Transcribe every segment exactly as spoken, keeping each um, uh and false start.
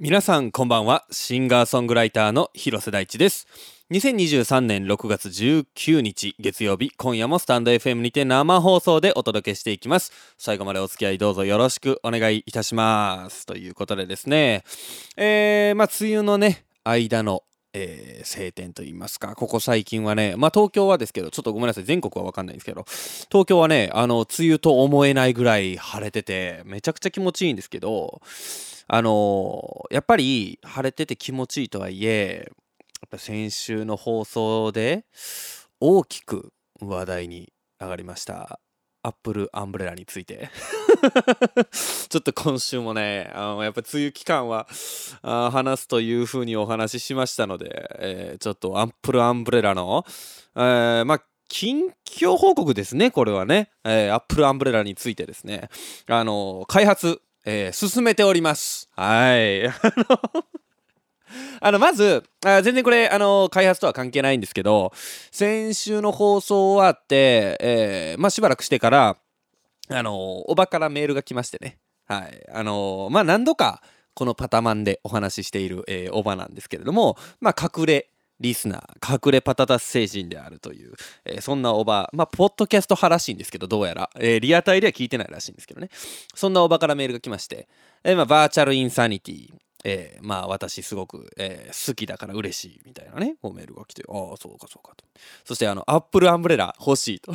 皆さんこんばんは。シンガーソングライターの広瀬大地です。にせんにじゅうさんねんろくがつじゅうくにち月曜日、今夜もスタンド エフエム にて生放送でお届けしていきます。最後までお付き合いどうぞよろしくお願いいたします。ということでですね、えー、まあ梅雨のね間のえー、晴天と言いますか、ここ最近はね、まあ東京はですけど、ちょっとごめんなさい、全国は分かんないんですけど、東京はね、あの梅雨と思えないぐらい晴れててめちゃくちゃ気持ちいいんですけど、あのーやっぱり晴れてて気持ちいいとはいえ、やっぱ先週の放送で大きく話題に上がりましたアップルアンブレラについてちょっと今週もね、あのやっぱ梅雨期間はあー話すというふうにお話ししましたので、えーちょっとアップルアンブレラの、えーまあ近況報告ですね。これはね、えー、アップルアンブレラについてですね、あの開発、えー進めております。はい。あのまずあ全然これあの開発とは関係ないんですけど、先週の放送終わって、えーまあしばらくしてからあのおばからメールが来ましてね、はいあのまあ何度かこのパタマンでお話ししている、えーおばなんですけれども、まあ隠れリスナー、隠れパタタス星人であるという、えーそんなおば、まあポッドキャスト派らしいんですけど、どうやら、えーリアタイでは聞いてないらしいんですけどね、そんなおばからメールが来まして、えーまあ、バーチャルインサニティ、えーまあ私すごく、えー好きだから嬉しいみたいなね、こうメールが来て、ああそうかそうかと。そしてあのアップルアンブレラ欲しいと。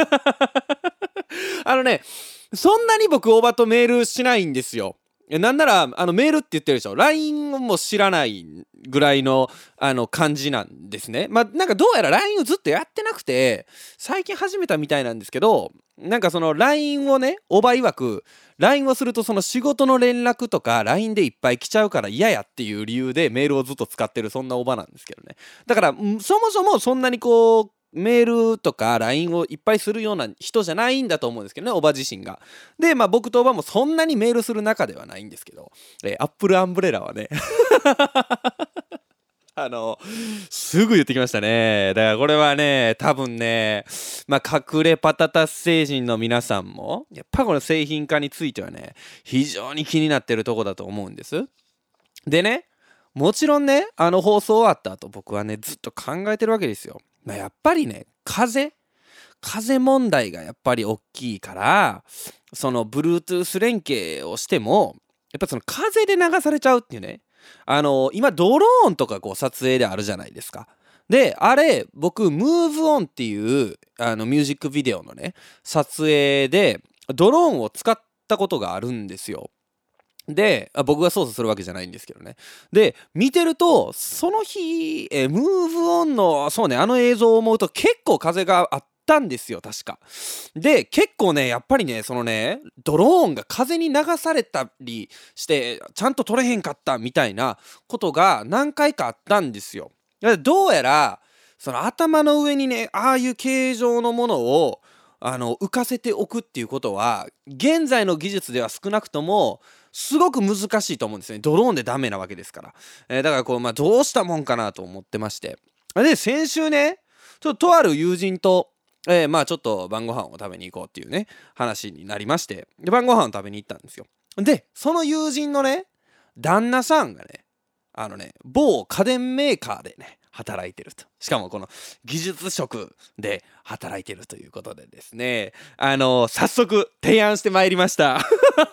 あのね、そんなに僕、大場とメールしないんですよ。えなんなら、あの、メールって言ってるでしょ。ライン も知らないぐらいの、あの、感じなんですね。まあ、なんかどうやら ライン をずっとやってなくて、最近始めたみたいなんですけど、なんかその ライン をね、おば曰く、ライン をするとその仕事の連絡とか ライン でいっぱい来ちゃうから嫌やっていう理由でメールをずっと使ってる、そんなおばなんですけどね。だから、んそもそもそんなにこう、メールとか ライン をいっぱいするような人じゃないんだと思うんですけどね、おば自身が。で、まあ僕とおばもそんなにメールする仲ではないんですけど、えー、アップルアンブレラはね、あの、すぐ言ってきましたね。だからこれはね、多分ね、まあ隠れパタタス星人の皆さんも、やっぱこの製品化についてはね、非常に気になってるとこだと思うんです。でね、もちろんね、あの放送終わった後、僕はね、ずっと考えてるわけですよ。まあ、やっぱりね、風風問題がやっぱり大きいから、その Bluetooth 連携をしてもやっぱその風で流されちゃうっていうね。あの今ドローンとかこう撮影であるじゃないですか。であれ僕 MoveOn っていうあのミュージックビデオのね撮影でドローンを使ったことがあるんですよ。であ僕が操作するわけじゃないんですけどね。で見てるとその日え MoveOn のそうねあの映像を思うと結構風があったんですよ確か。で結構ねやっぱりねそのねドローンが風に流されたりしてちゃんと撮れへんかったみたいなことが何回かあったんですよ。だどうやらその頭の上にねああいう形状のものをあの浮かせておくっていうことは現在の技術では少なくともすごく難しいと思うんですね。ドローンでダメなわけですから、えーだからこう、まあ、どうしたもんかなと思ってまして、で先週ねちょっととある友人と、えーまあちょっと晩ご飯を食べに行こうっていうね話になりまして、で晩ご飯を食べに行ったんですよ。でその友人のね旦那さんがねあのね某家電メーカーでね働いてると。しかもこの技術職で働いてるということでですね、あの早速提案してまいりました。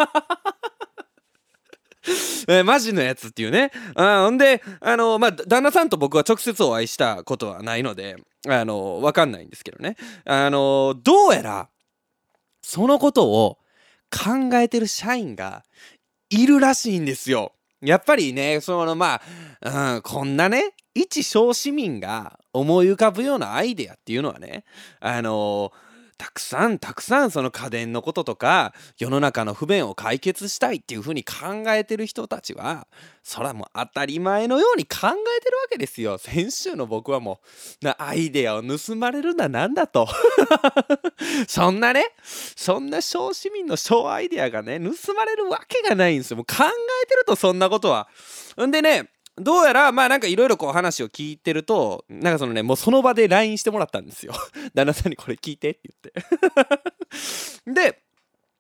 えーマジのやつっていうね。あほんであのまあ旦那さんと僕は直接お会いしたことはないのであのわかんないんですけどね、あのどうやらそのことを考えてる社員がいるらしいんですよ。やっぱりねそのまあ、うん、こんなね一小市民が思い浮かぶようなアイデアっていうのはね、あのたくさんたくさんその家電のこととか世の中の不便を解決したいっていう風に考えてる人たちはそらもう当たり前のように考えてるわけですよ。先週の僕はもうなアイデアを盗まれるななんだと。そんなねそんな小市民の小アイデアがね盗まれるわけがないんですよ。もう考えてるとそんなことは。んでねどうやらまあなんかいろいろこう話を聞いてるとなんかそのねもうその場で ライン してもらったんですよ。旦那さんにこれ聞いてって言って。で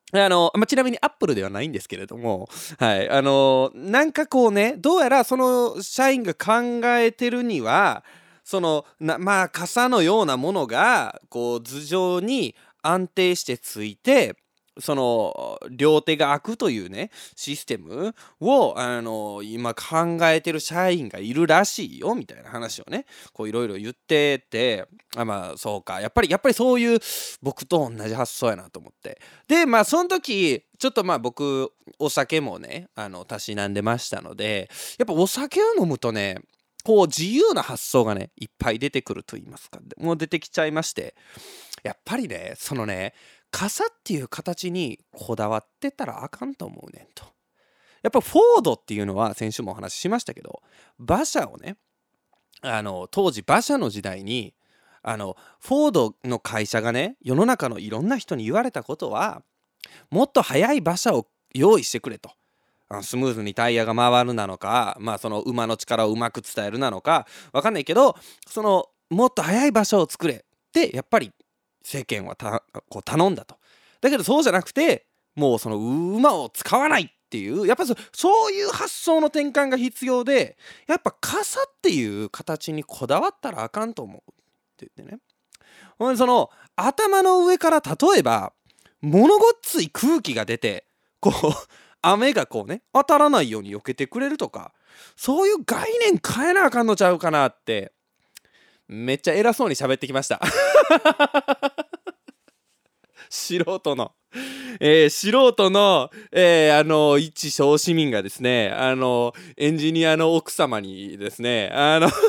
あの、まあ、ちなみにアップルではないんですけれども、はい、あの、なんかこうね、どうやらその社員が考えてるには、その、なまあ、傘のようなものが、こう頭上に安定してついて、その両手が開くというねシステムをあの今考えてる社員がいるらしいよみたいな話をねこういろいろ言ってて、あまあそうかやっぱりやっぱりそういう僕と同じ発想やなと思って、でまあその時ちょっとまあ僕お酒もねあのたしなんでましたので、やっぱお酒を飲むとねこう自由な発想がねいっぱい出てくると言いますか、もう出てきちゃいまして、やっぱりねそのね傘っていう形にこだわってたらあかんと思うねんと。やっぱフォードっていうのは先週もお話ししましたけど、馬車をねあの当時馬車の時代にあのフォードの会社がね世の中のいろんな人に言われたことは、もっと速い馬車を用意してくれと。あのスムーズにタイヤが回るなのか、まあその馬の力をうまく伝えるなのかわかんないけど、そのもっと速い馬車を作れってやっぱり世間はたこう頼んだと。だけどそうじゃなくて、もうその馬を使わないっていう、やっぱり そ, そういう発想の転換が必要で、やっぱ傘っていう形にこだわったらあかんと思うって言ってね。ほんでその頭の上から例えば物ごっつい空気が出てこう雨がこうね当たらないように避けてくれるとか、そういう概念変えなあかんのちゃうかなってめっちゃ偉そうに喋ってきました素人の、えー、素人の、えー、あの一小市民がですね、あのエンジニアの奥様にですね、あの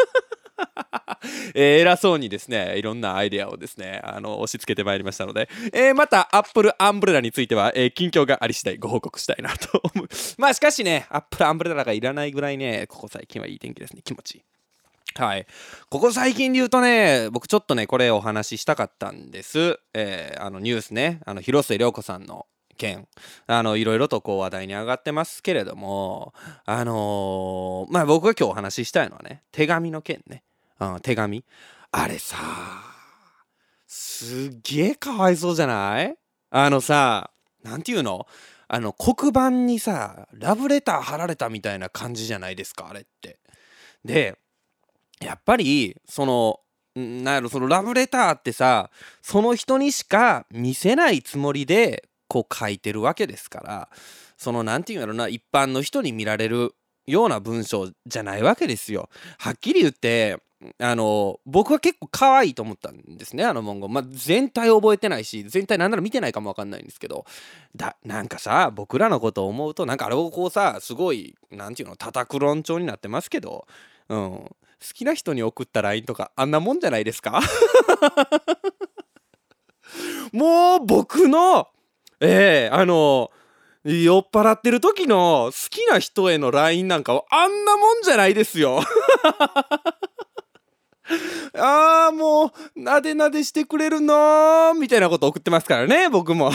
えー、偉そうにですねいろんなアイデアをですねあの押し付けてまいりましたので、えー、またアップルアンブレラについては、えー、近況があり次第ご報告したいなと思うまあしかしねアップルアンブレラがいらないぐらいねここ最近はいい天気ですね、気持ちいい。はい、ここ最近で言うとね僕ちょっとねこれお話ししたかったんです、えー、あのニュースね、あの広末涼子さんの件、あのいろいろとこう話題に上がってますけれども、あのー、まあ僕が今日お話ししたいのはね手紙の件ね、うん、手紙あれさすっげえかわいそうじゃない？あのさなんていうの、あの黒板にさラブレター貼られたみたいな感じじゃないですかあれって。でやっぱりそのんなんやろそのラブレターってさその人にしか見せないつもりでこう書いてるわけですから、そのなんていうんやろな一般の人に見られるような文章じゃないわけですよ。はっきり言ってあの僕は結構可愛いと思ったんですねあの文言。まあ全体覚えてないし全体なんなら見てないかもわかんないんですけど、だなんかさ僕らのことを思うとなんかあれをこうさすごいなんていうの叩く論調になってますけど、うん、好きな人に送った ライン とかあんなもんじゃないですかもう僕のええー、あの酔っ払ってる時の好きな人への ライン なんかはあんなもんじゃないですよあーもうなでなでしてくれるのみたいなこと送ってますからね僕も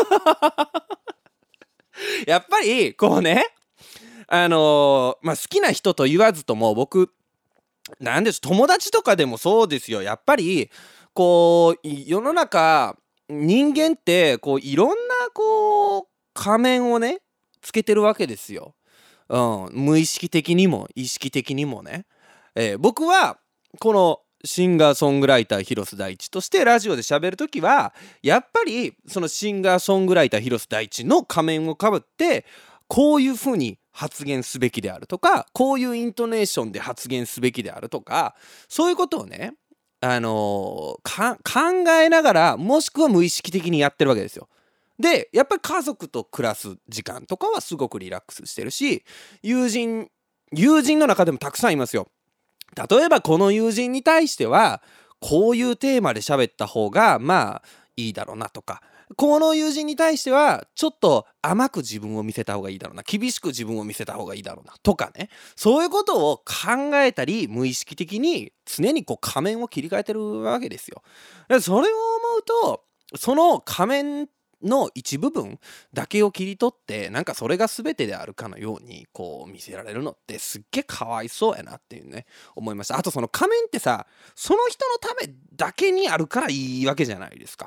やっぱりこうねあのー、まあ好きな人と言わずとも僕なんです友達とかでもそうですよ。やっぱりこう世の中人間ってこういろんなこう仮面をねつけてるわけですよ。うん、無意識的にも意識的にもね、えー僕はこのシンガーソングライター広瀬大地としてラジオで喋るときはやっぱりそのシンガーソングライター広瀬大地の仮面をかぶってこういうふうに発言すべきであるとかこういうイントネーションで発言すべきであるとか、そういうことをねあのー考えながらもしくは無意識的にやってるわけですよ。でやっぱり家族と暮らす時間とかはすごくリラックスしてるし、友人友人の中でもたくさんいますよ。例えばこの友人に対してはこういうテーマで喋った方がまあいいだろうなとか、この友人に対してはちょっと甘く自分を見せた方がいいだろうな、厳しく自分を見せた方がいいだろうなとかね、そういうことを考えたり無意識的に常にこう仮面を切り替えてるわけですよ。だからそれを思うとその仮面の一部分だけを切り取ってなんかそれが全てであるかのようにこう見せられるのってすっげえかわいそうやなっていうね思いました。あとその仮面ってさその人のためだけにあるからいいわけじゃないですか。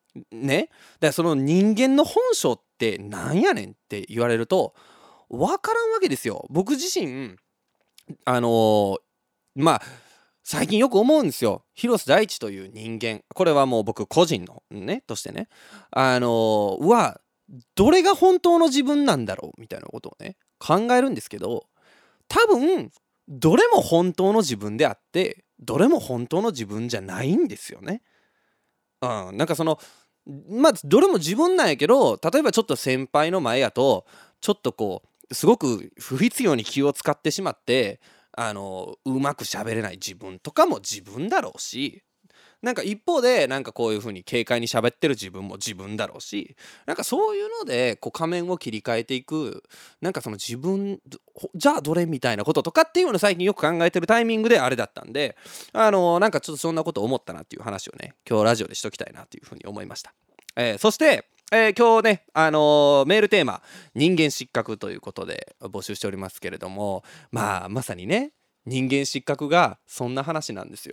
ね。だからその人間の本性ってなんやねんって言われると分からんわけですよ。僕自身あのーまあ最近よく思うんですよ。広瀬大地という人間、これはもう僕個人のねとしてね、あのー、はどれが本当の自分なんだろうみたいなことをね考えるんですけど、多分どれも本当の自分であってどれも本当の自分じゃないんですよね。うん、なんかそのまあどれも自分なんやけど、例えばちょっと先輩の前やとちょっとこうすごく不必要に気を使ってしまってあのうまく喋れない自分とかも自分だろうし、なんか一方でなんかこういう風に軽快に喋ってる自分も自分だろうし、なんかそういうのでこう仮面を切り替えていく、なんかその自分じゃあどれみたいなこととかっていうのを最近よく考えてるタイミングであれだったんで、あのーなんかちょっとそんなこと思ったなっていう話をね今日ラジオでしときたいなっていう風に思いました。えーそしてえー今日ね、あのーメールテーマ人間失格ということで募集しておりますけれども、まあまさにね人間失格がそんな話なんですよ。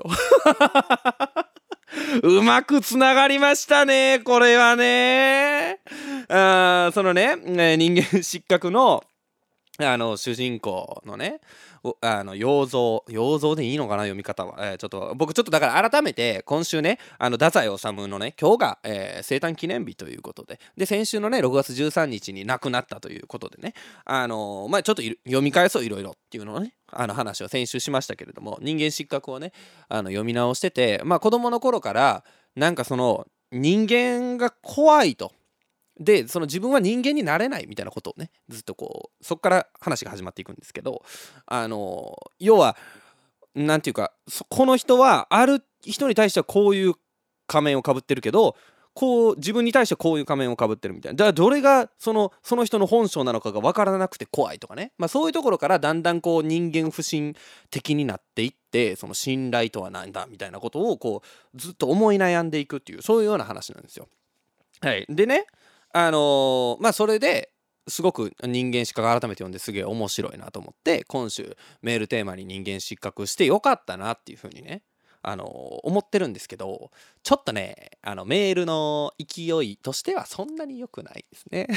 うまくつながりましたねこれはね。あーそのね、えー人間失格のあの主人公のねおあの洋蔵洋蔵でいいのかな読み方は、えーちょっと僕ちょっとだから改めて今週ねあの太宰治のね今日が、えー生誕記念日ということで、で先週のねろくがつじゅうさんにちに亡くなったということでね、あのーまあちょっとい読み返そういろいろっていうのをねあの話を先週しましたけれども、人間失格をねあの読み直してて、まあ子供の頃からなんかその人間が怖いと、でその自分は人間になれないみたいなことをねずっとこうそっから話が始まっていくんですけど、あの要はなんていうかそこの人はある人に対してはこういう仮面をかぶってるけど、こう自分に対してはこういう仮面をかぶってるみたいな、だからどれがそのその人の本性なのかが分からなくて怖いとかね、まあ、そういうところからだんだんこう人間不信的になっていって、その信頼とは何だみたいなことをこうずっと思い悩んでいくっていう、そういうような話なんですよ。はい、でねあのーまあそれですごく人間失格改めて読んですげえ面白いなと思って今週メールテーマに人間失格してよかったなっていう風にねあのー思ってるんですけど、ちょっとねあのメールの勢いとしてはそんなに良くないですね。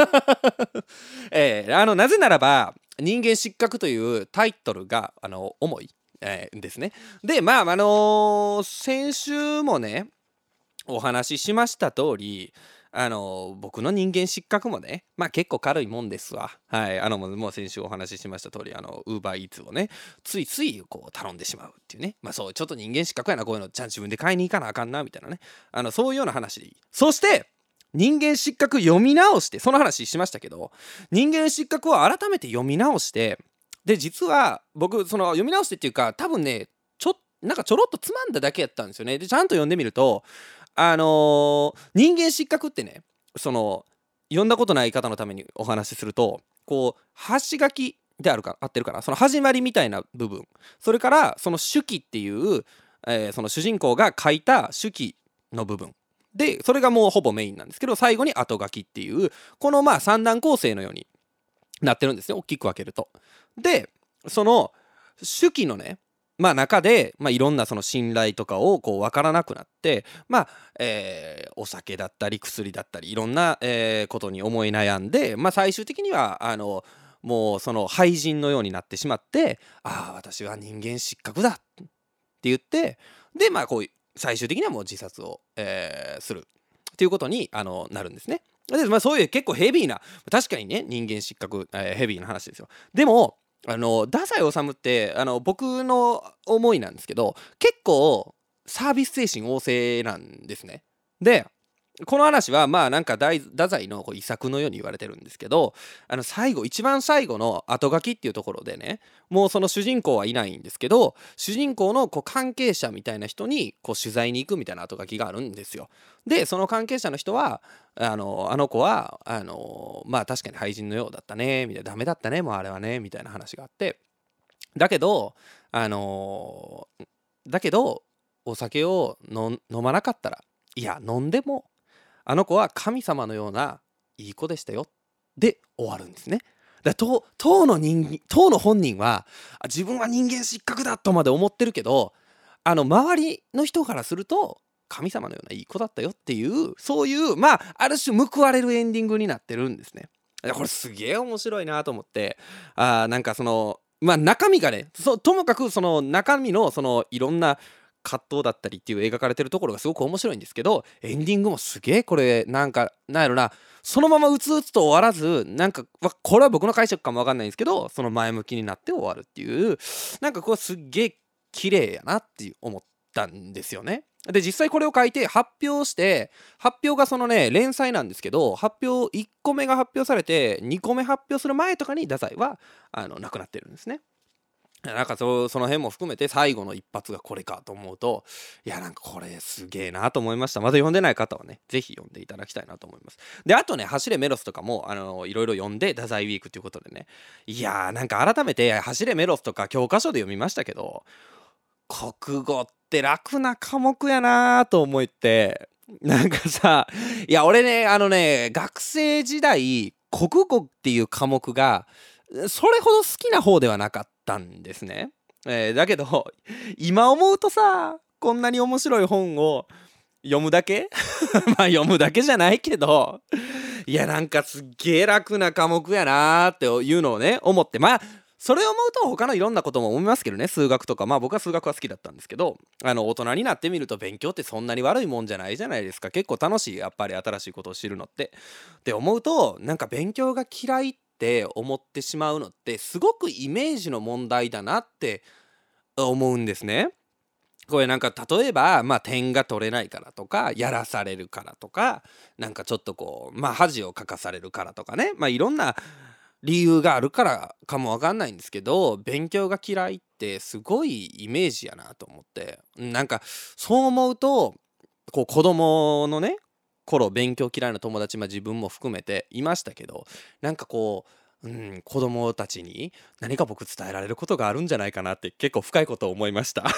えーあのなぜならば人間失格というタイトルがあの重い、えーですね。でまああのー先週もねお話ししました通り、あの僕の人間失格もねまあ結構軽いもんですわ。はい、あのもうもう先週お話ししました通り、あのウーバーイーツをねついついこう頼んでしまうっていうね、まあそうちょっと人間失格やな、こういうのちゃんと自分で買いに行かなあかんなみたいなね、あのそういうような話でいい。そして人間失格読み直してその話しましたけど、人間失格を改めて読み直して、で実は僕その読み直してっていうか多分ねちょなんかちょろっとつまんだだけやったんですよね。でちゃんと読んでみるとあのー人間失格ってね、その読んだことない方のためにお話しすると、こう端書きであるか合ってるかな、その始まりみたいな部分、それからその手記っていう、えーその主人公が書いた手記の部分で、それがもうほぼメインなんですけど、最後に後書きっていうこのまあ三段構成のようになってるんですよ、大きく分けると。でその手記のねまあ中で、まあ、いろんなその信頼とかをこう分からなくなって、まあえーお酒だったり薬だったりいろんな、えーことに思い悩んで、まあ、最終的にはあのもうその廃人のようになってしまって、ああ私は人間失格だって言って、でまあこう最終的にはもう自殺を、えーするっていうことにあのなるんですね。で、まあ、そういう結構ヘビーな、確かにね人間失格、えーヘビーな話ですよ。でもあの太宰治ってあの僕の思いなんですけど結構サービス精神旺盛なんですね。でこの話はまあなんか太太宰のこう遺作のように言われてるんですけど、あの最後一番最後の後書きっていうところでね、もうその主人公はいないんですけど主人公のこう関係者みたいな人にこう取材に行くみたいな後書きがあるんですよ。でその関係者の人はあのあの子はあのまあ確かに廃人のようだったねみたいな、ダメだったねもうあれはねみたいな話があって、だけどあのだけどお酒を飲飲まなかったら、いや飲んでもあの子は神様のようないい子でしたよで終わるんですね。だ当当の人当の本人はあ自分は人間失格だとまで思ってるけど、あの周りの人からすると神様のようないい子だったよっていう、そういうまあある種報われるエンディングになってるんですね。これすげえ面白いなと思って、あーなんかそのまあ中身がね、そともかくその中身のそのいろんな葛藤だったりっていう描かれてるところがすごく面白いんですけど、エンディングもすげえこれなんかなんやろな、そのままうつうつと終わらず、なんかこれは僕の解釈かもわかんないんですけど、その前向きになって終わるっていう、なんかこれすっげえ綺麗やなって思ったんですよね。で実際これを書いて発表して、発表がそのね連載なんですけど、発表いっこめが発表されてにこめ発表する前とかに太宰はあの亡くなってるんですね。なんか そ, その辺も含めて最後の一発がこれかと思うと、いやなんかこれすげえなと思いました。まだ読んでない方はねぜひ読んでいただきたいなと思います。であとね走れメロスとかもあのいろいろ読んで、太宰ウィークということでね、いやーなんか改めて走れメロスとか教科書で読みましたけど、国語って楽な科目やなと思って、なんかさ、いや俺ねあのね学生時代国語っていう科目がそれほど好きな方ではなかったんですね。えー、だけど今思うとさ、こんなに面白い本を読むだけまあ読むだけじゃないけど、いやなんかすっげえ楽な科目やなーっていうのをね思って、まあそれを思うと他のいろんなことも思いますけどね、数学とか、まあ僕は数学は好きだったんですけど、あの大人になってみると勉強ってそんなに悪いもんじゃないじゃないですか。結構楽しい、やっぱり新しいことを知るのってって思うと、なんか勉強が嫌いって思ってしまうのってすごくイメージの問題だなって思うんですね。これなんか例えばまあ点が取れないからとか、やらされるからとか、なんかちょっとこうまあ恥をかかされるからとかね、まあいろんな理由があるからかもわかんないんですけど、勉強が嫌いってすごいイメージやなと思って、なんかそう思うと、こう子供のね頃勉強嫌いな友達、まあ自分も含めていましたけど、なんかこう、うん、子供たちに何か僕伝えられることがあるんじゃないかなって結構深いことを思いました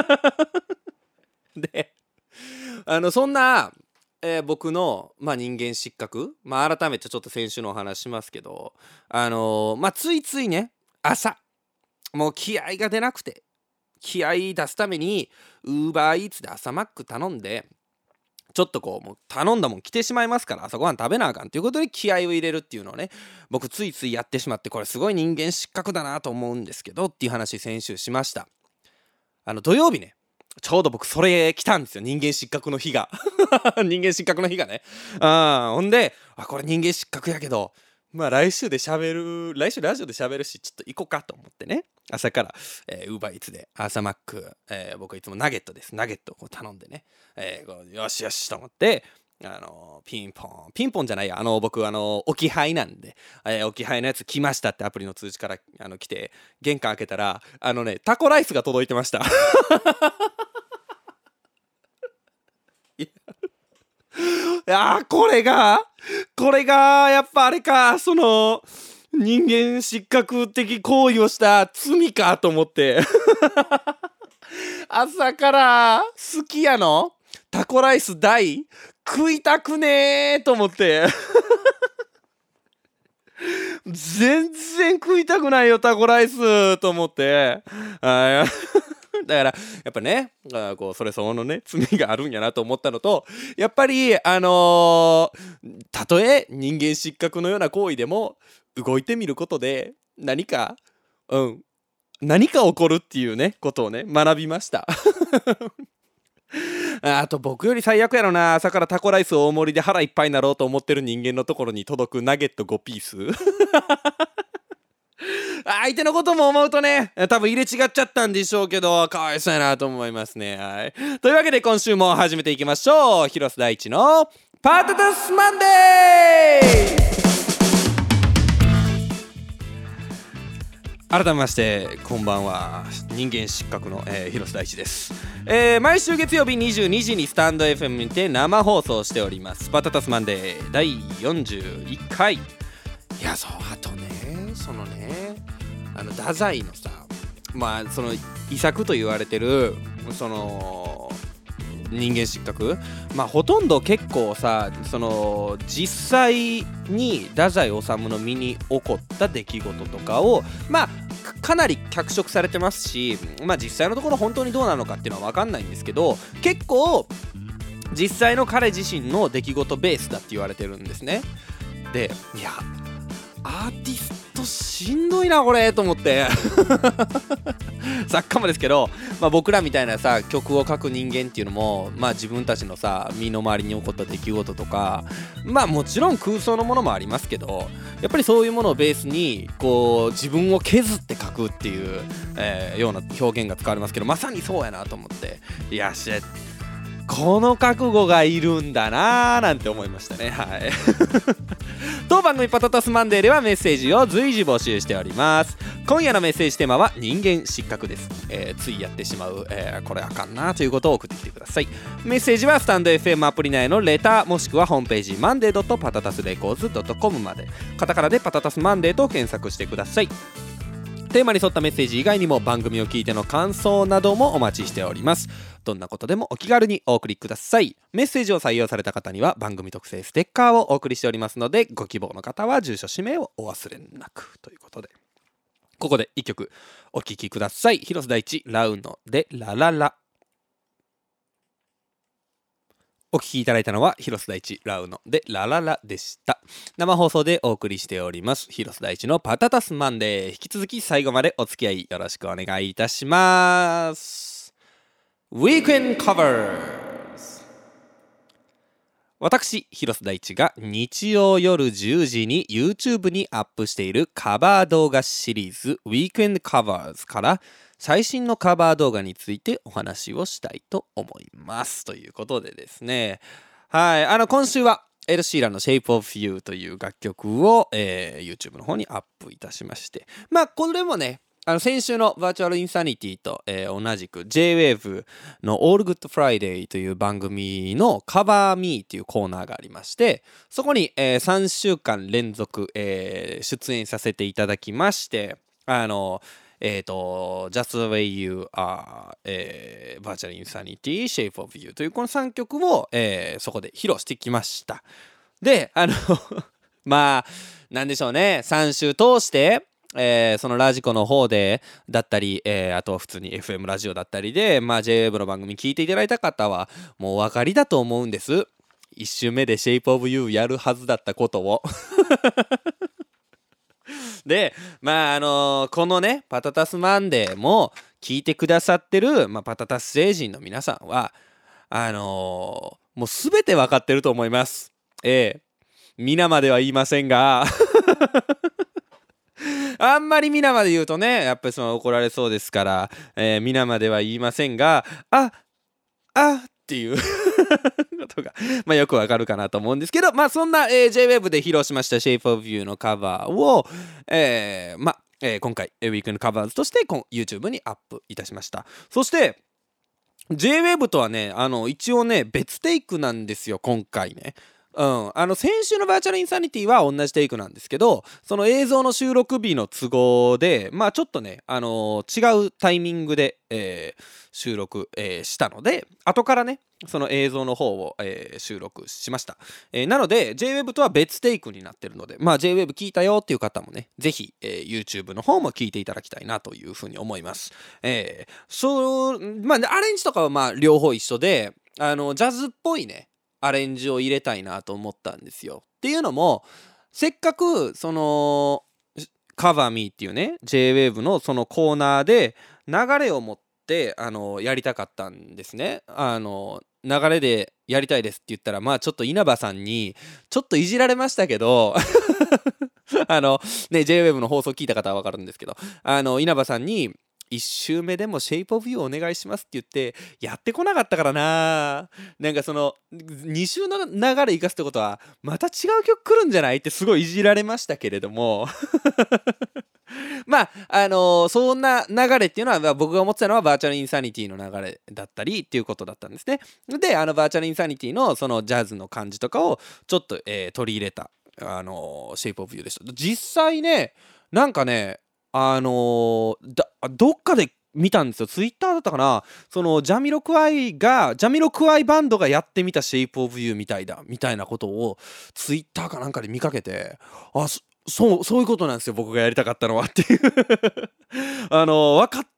であのそんな、えー僕の、まあ、人間失格、まあ、改めてちょっと先週のお話しますけど、あのーまあ、ついついね朝もう気合が出なくて、気合出すためにウーバーイーツで朝マック頼んで、ちょっとこうもう頼んだもん来てしまいますから朝ごはん食べなあかんということで気合を入れるっていうのをね、僕ついついやってしまって、これすごい人間失格だなと思うんですけどっていう話先週しました。あの土曜日ね、ちょうど僕それ来たんですよ、人間失格の日が人間失格の日がね、あほんで、あこれ人間失格やけど、まあ来週で喋る来週ラジオで喋るし、ちょっと行こうかと思ってね、朝からウーバーイーツで朝マック、えー、僕いつもナゲットですナゲットをこう頼んでね、えー、こうよしよしと思って、あのー、ピンポンピンポンじゃないや、あのー、僕あのー、置き配なんで、えー、置き配のやつ来ましたってアプリの通知からあの来て、玄関開けたらあのねタコライスが届いてましたいやーこれがこれがやっぱあれか、その人間失格的行為をした罪かと思って朝から好きやのタコライス大食いたくねーと思って全然食いたくないよタコライスと思って、あだからやっぱね、あこうそれ相応のね罪があるんやなと思ったのと、やっぱりあのー、たとえ人間失格のような行為でも動いてみることで何かうん何か起こるっていうねことをね学びましたあと僕より最悪やろな、朝からタコライス大盛りで腹いっぱいになろうと思ってる人間のところに届くナゲットごピース相手のことも思うとね多分入れ違っちゃったんでしょうけど、かわいそうやなと思いますね。はい、というわけで今週も始めていきましょう。広瀬大地のパートタスマンデー。改めましてこんばんは、人間失格の、えー、広瀬大地です。えー、毎週月曜日にじゅうにじにスタンド エフエム にて生放送しておりますパタタスマンデーだいよんじゅういっかい。いやそうあとねそのねあの太宰のさ、まあその遺作と言われてるその人間失格、まあほとんど結構さ、その実際に太宰治の身に起こった出来事とかをまあかなり脚色されてますし、まあ実際のところ本当にどうなのかっていうのは分かんないんですけど、結構実際の彼自身の出来事ベースだって言われてるんですね。で、いやアーティストしんどいなこれと思って作家もですけど、まあ、僕らみたいなさ曲を書く人間っていうのも、まあ、自分たちのさ身の回りに起こった出来事とか、まあもちろん空想のものもありますけど、やっぱりそういうものをベースにこう自分を削って書くっていう、えー、ような表現が使われますけど、まさにそうやなと思って、いやしこの覚悟がいるんだなーなんて思いましたね。はい当番組パタタスマンデーではメッセージを随時募集しております。今夜のメッセージテーマは人間失格です。えー、ついやってしまう、えー、これあかんなということを送ってきてください。メッセージはスタンド エフエム アプリ内のレターもしくはホームページマンデードットパタタスレコーズドットコムまで、カタカナでパタタスマンデーと検索してください。テーマに沿ったメッセージ以外にも番組を聞いての感想などもお待ちしております。どんなことでもお気軽にお送りください。メッセージを採用された方には番組特製ステッカーをお送りしておりますので、ご希望の方は住所氏名をお忘れなくということで、ここでいっきょくお聴きください。広瀬大地ラウノでラララ。お聞きいただいたのは広瀬大地ラウノでラララでした。生放送でお送りしております広瀬大地のパタタスマンデー、引き続き最後までお付き合いよろしくお願いいたします。Weekend Covers。 私広瀬大地が日曜夜じゅうじに YouTube にアップしているカバー動画シリーズ Weekend Covers から最新のカバー動画についてお話をしたいと思いますということでですね、はい、あの今週はエルシーランの Shape of You という楽曲を、えー、YouTube の方にアップいたしまして、まあこれもね、あの先週のバーチャルインサニティと、えー、同じく ジェイウェーブ の All Good Friday という番組の Cover Me というコーナーがありまして、そこに、えー、さんしゅうかん連続、えー、出演させていただきまして、あのえっ、ー、と Just the Way You Are、えー、Virtual Insanity Shape of You というこのさんきょくを、えー、そこで披露してきました。で、あのまあなんでしょうね、さん週通してえー、そのラジコの方でだったり、えー、あとは普通に エフエム ラジオだったりで、まあ、ジェイウェーブ の番組聞いていただいた方はもうお分かりだと思うんです。いっ週目で Shape of You やるはずだったことをで、まああのー、このねパタタスマンデーも聞いてくださってる、まあ、パタタス星人の皆さんはあのー、もう全て分かってると思います。ええー、皆までは言いませんがあんまり皆まで言うとねやっぱりその怒られそうですから、えー、皆までは言いませんが、ああっていうことが、まあ、よくわかるかなと思うんですけど、まあそんな、えー、ジェイウェーブ で披露しました Shape of You のカバーを、えー、まあ、えー、今回 Weekend Covers としてこ YouTube にアップいたしました。そして ジェイウェーブ とはね、あの一応ね別テイクなんですよ今回ね。うん、あの先週のバーチャルインサニティは同じテイクなんですけど、その映像の収録日の都合でまあちょっとね、あのー、違うタイミングで、えー、収録、えー、したので後からねその映像の方を、えー、収録しました、えー、なので ジェイウェーブ とは別テイクになってるので、まあ ジェイウェーブ 聞いたよっていう方もねぜひ、えー、YouTube の方も聞いていただきたいなというふうに思います。えー、そうまあアレンジとかはまあ両方一緒で、あのジャズっぽいねアレンジを入れたいなと思ったんですよ。っていうのもせっかくそのカバーミーっていうね ジェイウェーブ のそのコーナーで流れを持ってあのやりたかったんですね。あの流れでやりたいですって言ったらまあちょっと稲葉さんにちょっといじられましたけどあのね ジェイウェーブ の放送聞いた方は分かるんですけど、あの稲葉さんにいち週目でも Shape of You お願いしますって言ってやってこなかったからな。なんかそのに週の流れ生かすってことはまた違う曲来るんじゃないってすごいいじられましたけれどもまああのー、そんな流れっていうのは僕が思ってたのはバーチャルインサニティの流れだったりっていうことだったんですね。であのバーチャルインサニティのそのジャズの感じとかをちょっと、えー、取り入れたあのー、Shape of You でした。実際ねなんかねあのー、だどっかで見たんですよ。ツイッターだったかな。そのジャミロクワイがジャミロクワイバンドがやってみた Shape of You みたいだみたいなことをツイッターかなんかで見かけて、あそそうそういうことなんですよ僕がやりたかったのはっていうあのー、分かっ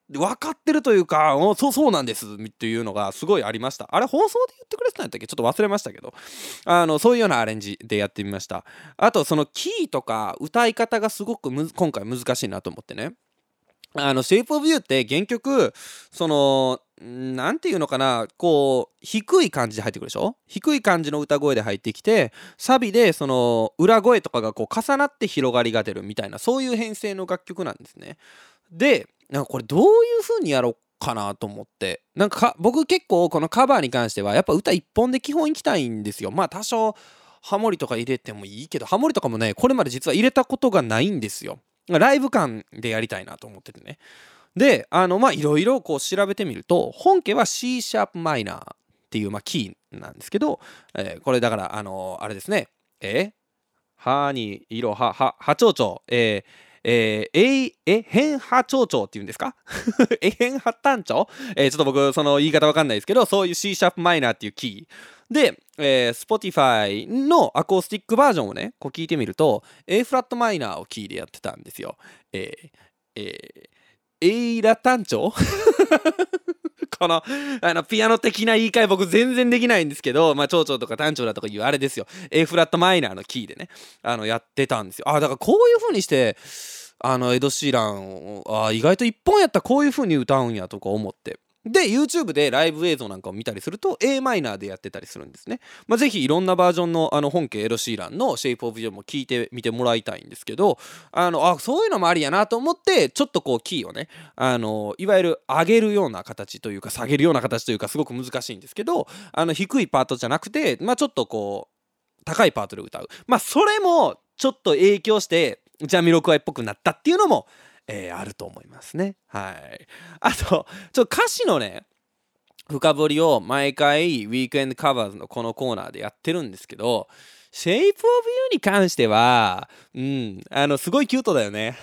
分かってるというか、おそうそうなんですっていうのがすごいありました。あれ放送で言ってくれてたんやったっけ、ちょっと忘れましたけど、あのそういうようなアレンジでやってみました。あとそのキーとか歌い方がすごくむず今回難しいなと思ってね。あの Shape of You って原曲そのなんていうのかな、こう低い感じで入ってくるでしょ。低い感じの歌声で入ってきて、サビでその裏声とかがこう重なって広がりが出るみたいな、そういう編成の楽曲なんですね。でなんかこれどういう風にやろうかなと思って、なんかか僕結構このカバーに関してはやっぱ歌一本で基本行きたいんですよ。まあ多少ハモリとか入れてもいいけど、ハモリとかもねこれまで実は入れたことがないんですよ。ライブ感でやりたいなと思っててね。であのまあいろいろこう調べてみると、本家は C シャープマイナーっていうまあキーなんですけど、えーこれだからあのあれですね、えはにいろはははちょうちょう、えーえー、えいえへんはちょうちょうっていうんですかえへんは単調、えーちょっと僕その言い方わかんないですけど、そういう C シャープマイナーっていうキーで、えー、Spotify のアコースティックバージョンをねこう聞いてみると A フラットマイナーをキーでやってたんですよ。えーえーエイラ単調このあのピアノ的な言い換え僕全然できないんですけど、まあ長調とか単調だとかいうあれですよ。 A フラットマイナーのキーでねあのやってたんですよ。あだからこういう風にしてあのエド・シーランをあ意外と一本やったらこういう風に歌うんやとか思って、で YouTube でライブ映像なんかを見たりすると A マイナーでやってたりするんですね。まあ、ぜひいろんなバージョンのあの本家エド・シーランの Shape of You も聞いてみてもらいたいんですけど、あのあそういうのもありやなと思ってちょっとこうキーをねあのいわゆる上げるような形というか下げるような形というかすごく難しいんですけど、あの低いパートじゃなくてまあちょっとこう高いパートで歌う、まあそれもちょっと影響してジャミロクワイっぽくなったっていうのも、えーあると思いますね。はい。あとちょっと歌詞のね深掘りを毎回ウィークエンドカバーズのこのコーナーでやってるんですけど、シェイプオブユーに関してはうんあのすごいキュートだよね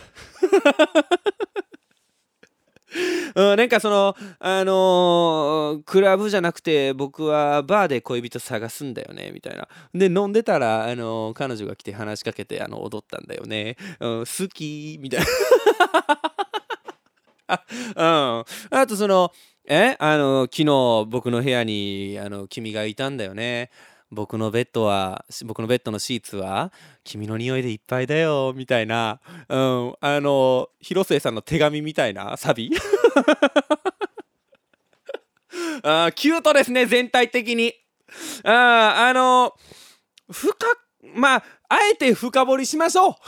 うん、なんかそのあのークラブじゃなくて僕はバーで恋人探すんだよねみたいな。で飲んでたら、あのー彼女が来て話しかけてあの踊ったんだよね、うん、好きみたいなうん、あとそのえあの昨日僕の部屋にあの君がいたんだよね、僕のベッドはし僕のベッドのシーツは君の匂いでいっぱいだよみたいな、うん、あの広末さんの手紙みたいなサビあーキュートですね全体的に。あーあの深まああえて深掘りしましょう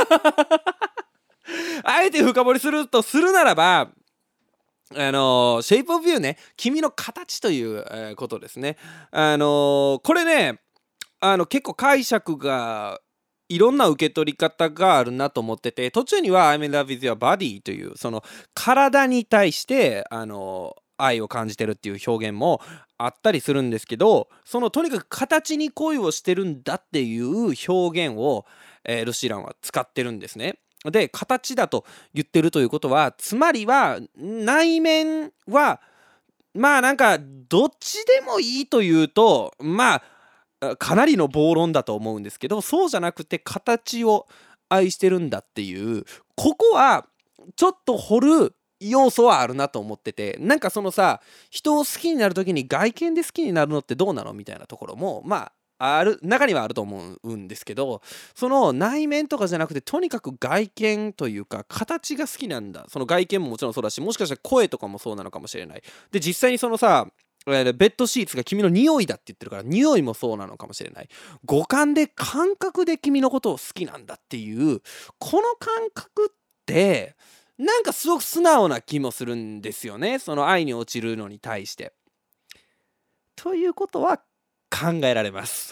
あえて深掘りするとするならば、あのシェイプオブユーね、君の形という、えーことですね。あのこれねあの結構解釈がいろんな受け取り方があるなと思ってて、途中には I'm in love with your body というその体に対してあの愛を感じてるっていう表現もあったりするんですけど、そのとにかく形に恋をしてるんだっていう表現を、えールシーランは使ってるんですね。で形だと言ってるということは、つまりは内面はまあなんかどっちでもいいというとまあかなりの暴論だと思うんですけど、そうじゃなくて形を愛してるんだっていう、ここはちょっと掘る要素はあるなと思ってて、なんかそのさ人を好きになる時に外見で好きになるのってどうなのみたいなところもまあある中にはあると思うんですけど、その内面とかじゃなくてとにかく外見というか形が好きなんだ。その外見ももちろんそうだし、もしかしたら声とかもそうなのかもしれない。で実際にそのさえーベッドシーツが君の匂いだって言ってるから、匂いもそうなのかもしれない。五感で感覚で君のことを好きなんだっていうこの感覚ってなんかすごく素直な気もするんですよね、その愛に落ちるのに対して。ということは考えられます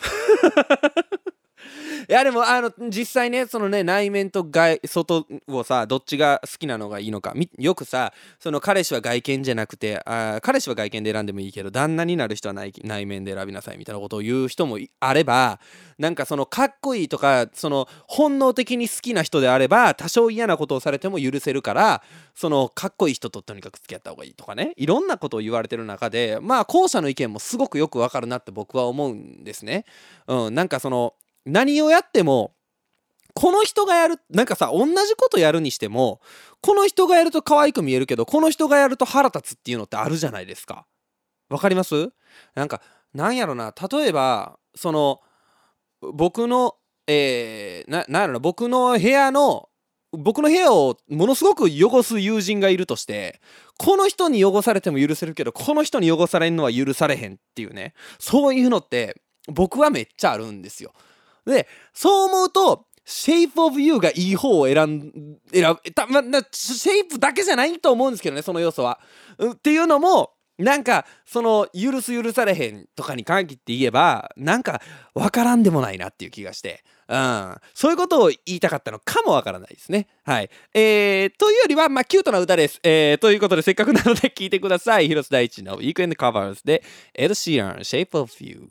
いやでもあの実際ねそのね内面と外外をさどっちが好きなのがいいのか、みよくさその彼氏は外見じゃなくてあー彼氏は外見で選んでもいいけど旦那になる人は内内面で選びなさいみたいなことを言う人もいあれば、なんかそのかっこいいとかその本能的に好きな人であれば多少嫌なことをされても許せるからそのかっこいい人ととにかく付き合った方がいいとかね、いろんなことを言われてる中でまあ後者の意見もすごくよくわかるなって僕は思うんですね。うん、なんかその何をやってもこの人がやる、なんかさ、同じことやるにしても、この人がやると可愛く見えるけど、この人がやると腹立つっていうのってあるじゃないですか。わかります？なんか、なんやろな、例えば、その、僕の、えー、な、なんやろな、僕の部屋の、僕の部屋をものすごく汚す友人がいるとして、この人に汚されても許せるけど、この人に汚されんのは許されへんっていうね、そういうのって僕はめっちゃあるんですよ。で、そう思うと、Shape of You がいい方を選ん、選ぶ、たま、な、シェイプだけじゃないと思うんですけどね、その要素は。うっていうのも、なんか、その、許す許されへんとかに限って言えば、なんか、わからんでもないなっていう気がして、うん、そういうことを言いたかったのかもわからないですね。はい。えー、というよりは、まあ、キュートな歌です。えー、ということで、せっかくなので聞いてください。広瀬大地の Weekend Covers で、Ed Sheeran, Shape of You。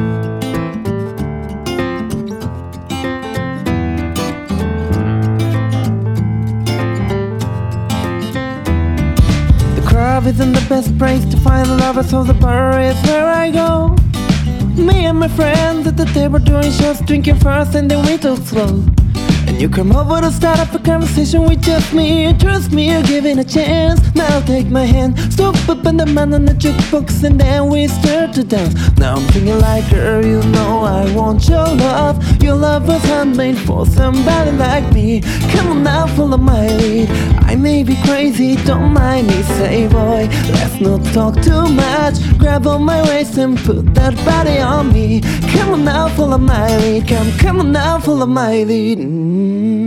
Club isn't the best place to find a lover, so the bar is where I go. Me and my friends at the table doing shots, drinking first and then we talk slow. And you come over to start up a conversation with just me. Trust me, you're giving a chance. Now take my hand, stop up and the man on the jukebox, and then we start to dance. Now I'm thinking like, girl, you know I want your love. Your love was handmade for somebody like me. Come on now, follow my lead. I may be crazy, don't mind me. Say boy, let's not talk too much. Grab on my waist and put that body on me. Come on now, follow my lead. Come, come on now, follow my lead. mm.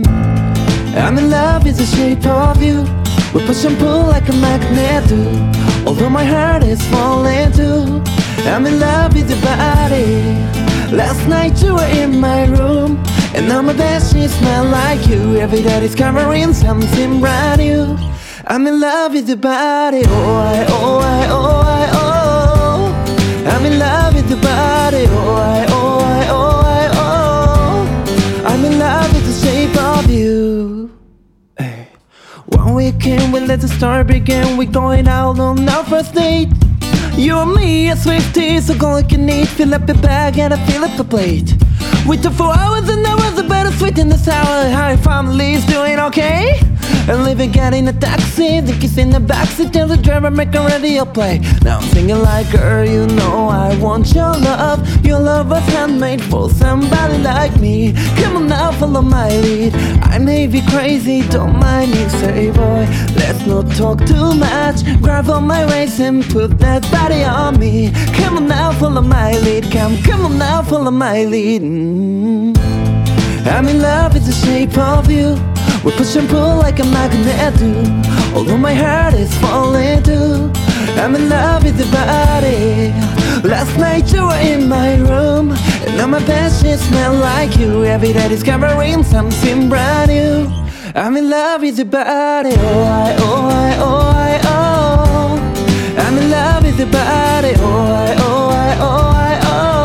I'm in love with the shape of you. We push and pull like a magnet do. Although my heart is falling too. I'm in love with your body. Last night you were in my room, and now my bedsheets smell like you. Every day discovering something brand new. I'm in love with your body. Oh I, oh I, oh I, oh. I'm in love with your body. Oh I, oh I, oh I, oh. I'm in love with the shape of you. Hey. One weekend we let the story begin. We're going out on our first date. You and me are Swifties, so go like you need. Fill up your bag and I fill up the plate. We took four hours and hours of better sweet in the sour. How your family's doing okay? And leaving, getting a taxi, the kiss in the backseat, tell the driver make a radio play. Now I'm singing like, girl, you know I want your love. Your love was handmade for somebody like me. Come on now, follow my lead. I may be crazy, don't mind me. Say boy, let's not talk too much. Grab on my waist and put that body on me. Come on now, follow my lead. Come, come on now, follow my lead. mm. I'm in love with the shape of you. We push and pull like a magnet do. Although my heart is falling too. I'm in love with your body. Last night you were in my room, and now my bedsheets smell like you. Every day discovering something brand new. I'm in love with your body. Oh I, oh I, oh I, oh. I'm in love with your body. Oh I, oh I, oh I,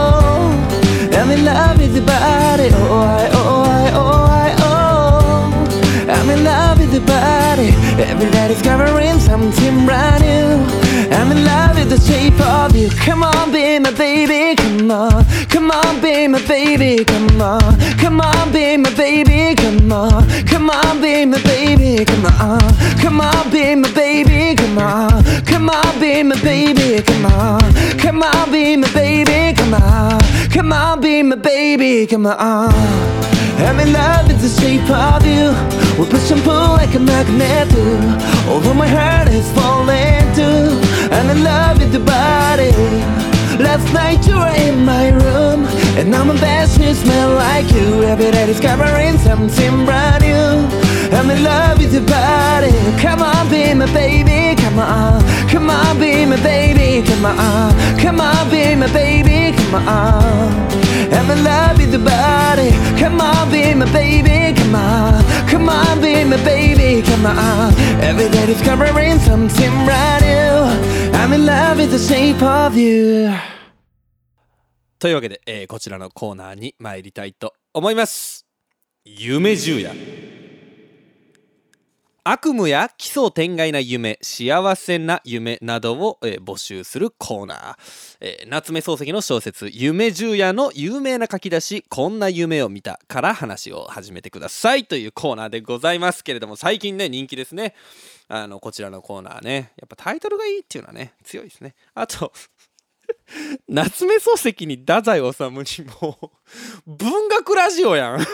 oh. I'm in love with your body. Oh I, oh I, oh I, oh. I'm in love with your body. Every day discovering something brand new. I'm in love with the shape of you. Come on, be my baby, come on. Come on, be my baby, come on. Come on, be my baby, come on. Come on, be my baby, come on. Come on, be my baby, come on. Come on, be my baby, come on. Come on, be my baby, come on. Come on, be my baby, come on. I'm in love with the shape of you. We push and pull like a magnet do. Although my heart is falling too. I'm in love with your body. Last night you were in my room, and now my bedsheets smell like you. Every day discovering something brand new. I'm in love with your body. Come on, be my baby, come on. Come on, be my baby, come on. Come on, be my baby, come on. I'm in love with your body. Come on, be my baby, come on. Come on, be my baby, come on. Every day discovering something brand new. I'm in love with the shape of you. というわけで、えー、こちらのコーナーに参りたいと思います。夢十夜。 悪夢や奇想天外な夢、幸せな夢などを、えー募集するコーナー、えー夏目漱石の小説夢十夜の有名な書き出し、こんな夢を見たから話を始めてくださいというコーナーでございますけれども、最近ね人気ですね。あのこちらのコーナーね、やっぱタイトルがいいっていうのはね強いですね。あと夏目漱石に太宰治にも文学ラジオやん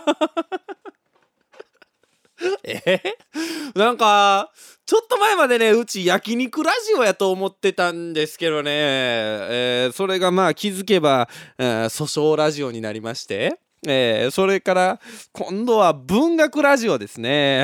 えなんかちょっと前までねうち焼肉ラジオやと思ってたんですけどね、えーそれがまあ気づけば、えー訴訟ラジオになりまして、えーそれから今度は文学ラジオですね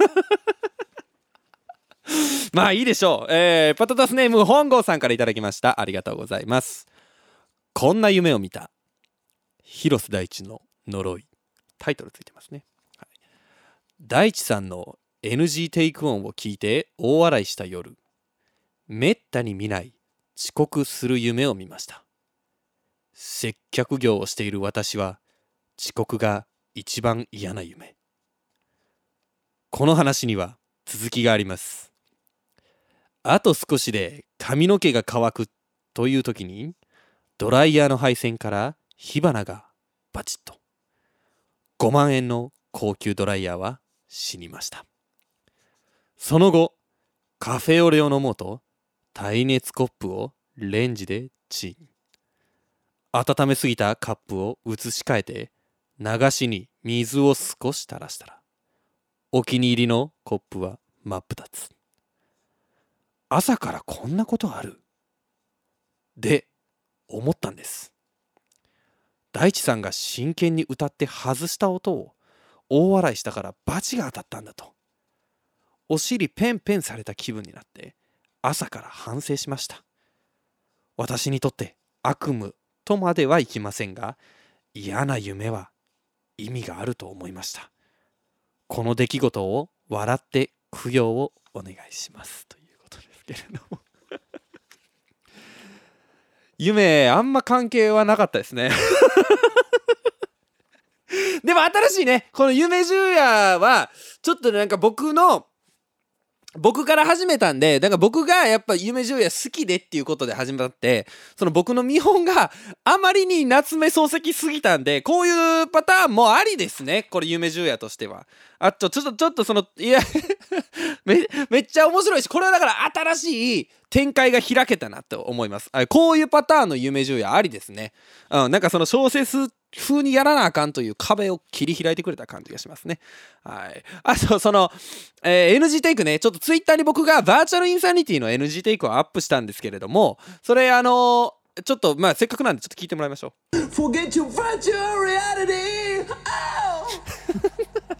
まあいいでしょう、えーパタタスネーム本郷さんからいただきました。ありがとうございます。こんな夢を見た、広瀬大地の呪い、タイトルついてますね。大地さんの エヌジー テイクオンを聞いて大笑いした夜、めったに見ない遅刻する夢を見ました。接客業をしている私は遅刻が一番嫌な夢。この話には続きがあります。あと少しで髪の毛が乾くという時に、ドライヤーの配線から火花がバチッと。ごまんえんの高級ドライヤーは死にました。その後、カフェオレを飲もうと耐熱コップをレンジでチン。温めすぎたカップを移し替えて流しに水を少し垂らしたら、お気に入りのコップは真っ二つ。朝からこんなことあるで思ったんです。大地さんが真剣に歌って外した音を大笑いしたからバチが当たったんだと。お尻ペンペンされた気分になって朝から反省しました。私にとって悪夢とまではいきませんが、嫌な夢は意味があると思いました。この出来事を笑って供養をお願いしますということですけれども夢あんま関係はなかったですねでも新しいねこの夢十夜はちょっとなんか僕の僕から始めたんで、だから僕がやっぱ夢十夜好きでっていうことで始まって、その僕の見本があまりに夏目漱石すぎたんで、こういうパターンもありですね、これ夢十夜としては。あとちょっとちょっとそのいやめ, めっちゃ面白いし、これはだから新しい展開が開けたなと思います。あ、こういうパターンの夢十夜ありですね。うん、なんかその小説風にやらなあかんという壁を切り開いてくれた感じがしますね。はい。あとその、えー、エヌジー テイクね、ちょっとツイッターに僕がバーチャルインサニティの エヌジー テイクをアップしたんですけれども、それあのー、ちょっとまあせっかくなんでちょっと聞いてもらいましょう。Forget your virtual reality! Oh!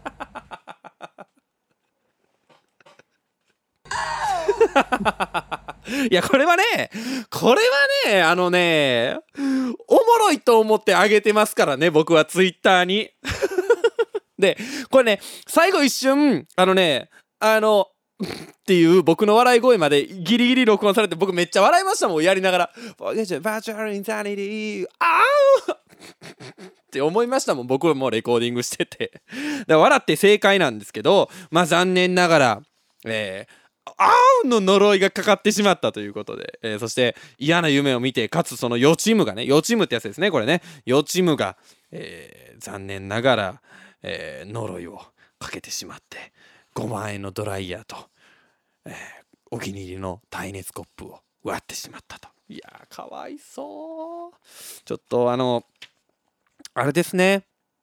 いやこれはねこれはねあのねおもろいと思ってあげてますからね、僕はツイッターにでこれね最後一瞬あのねあのっていう僕の笑い声までギリギリ録音されて、僕めっちゃ笑いましたもん、やりながらバーチャルインサニティあーって思いましたもん、僕はもうレコーディングしててだから笑って正解なんですけど、まあ残念ながらえーあーの呪いがかかってしまったということで、えー、そして嫌な夢を見て、かつその予知夢がね、予知夢ってやつですね、これね、予知夢が、えー、残念ながら、えー、呪いをかけてしまってごまんえんのドライヤーと、えー、お気に入りの耐熱コップを割ってしまったと。いやーかわいそう。ちょっとあのあれですね、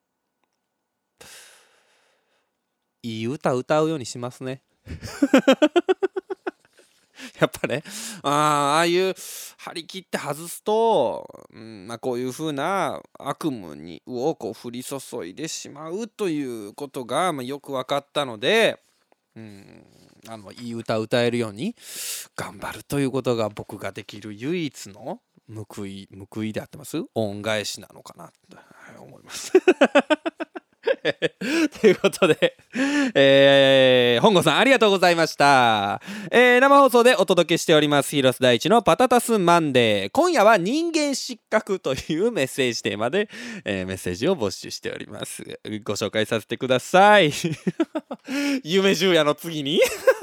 いい歌歌うようにしますねやっぱね、あ, ああいう張り切って外すと、うんまあ、こういう風な悪夢にをこう降り注いでしまうということが、まあ、よく分かったので、うん、あのいい歌を歌えるように頑張るということが僕ができる唯一の報い報いであってます恩返しなのかなと思いますということで、えー、本郷さんありがとうございました。えー、生放送でお届けしております広瀬大地のパタタスマンデー。今夜は人間失格というメッセージテーマで、えー、メッセージを募集しております。ご紹介させてください。夢十夜の次に